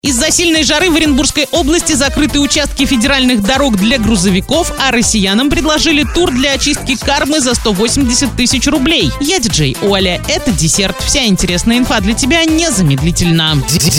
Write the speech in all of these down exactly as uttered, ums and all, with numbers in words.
Из-за сильной жары в Оренбургской области закрыты участки федеральных дорог для грузовиков, а россиянам предложили тур для очистки Кармы за сто восемьдесят тысяч рублей. Я диджей Оля, это десерт. Вся интересная инфа для тебя незамедлительно.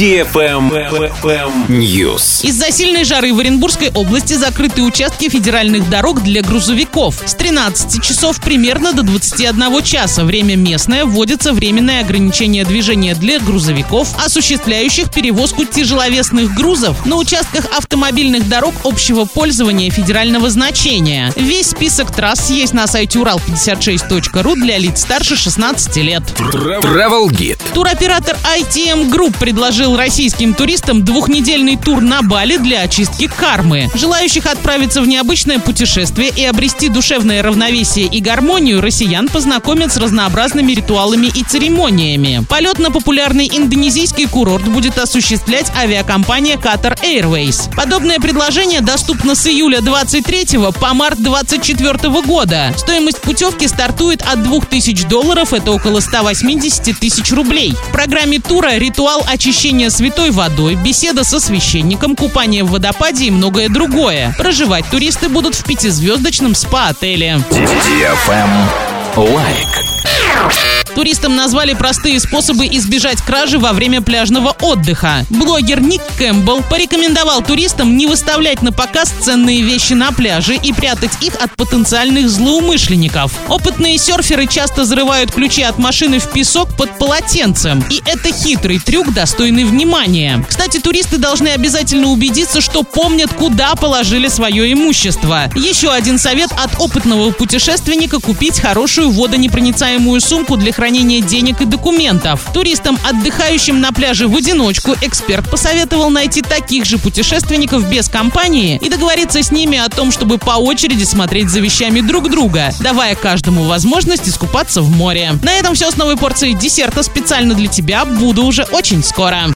News. Из-за сильной жары в Оренбургской области закрыты участки федеральных дорог для грузовиков. С тринадцати часов примерно до двадцати одного часа. Время местное, вводится временное ограничение движения для грузовиков, осуществляющих перевозку тяжеловесных грузов на участках автомобильных дорог общего пользования федерального значения. Весь список трасс есть на сайте урал пятьдесят шесть точка ру для лиц старше шестнадцати лет. Travel Guide. Туроператор ай ти эм Group предложил российским туристам двухнедельный тур на Бали для очистки кармы. Желающих отправиться в необычное путешествие и обрести душевное равновесие и гармонию россиян познакомят с разнообразными ритуалами и церемониями. Полет на популярный индонезийский курорт будет осуществлять авиакомпания Qatar Airways. Подобное предложение доступно с июля двадцать третьего по март двадцать четвёртого года. Стоимость путевки стартует от двух тысяч долларов, это около ста восьмидесяти тысяч рублей. В программе тура ритуал очищения святой водой, беседа со священником, купание в водопаде и многое другое. Проживать туристы будут в пятизвездочном спа-отеле. Лайк. Туристам назвали простые способы избежать кражи во время пляжного отдыха. Блогер Ник Кэмпбелл порекомендовал туристам не выставлять на показ ценные вещи на пляже и прятать их от потенциальных злоумышленников. Опытные серферы часто зарывают ключи от машины в песок под полотенцем. И это хитрый трюк, достойный внимания. Кстати, туристы должны обязательно убедиться, что помнят, куда положили свое имущество. Еще один совет от опытного путешественника – купить хорошую водонепроницаемую сумку для хранения денег и документов. Туристам, отдыхающим на пляже в одиночку, эксперт посоветовал найти таких же путешественников без компании и договориться с ними о том, чтобы по очереди смотреть за вещами друг друга, давая каждому возможность искупаться в море. На этом все с новой порцией десерта специально для тебя. Буду уже очень скоро.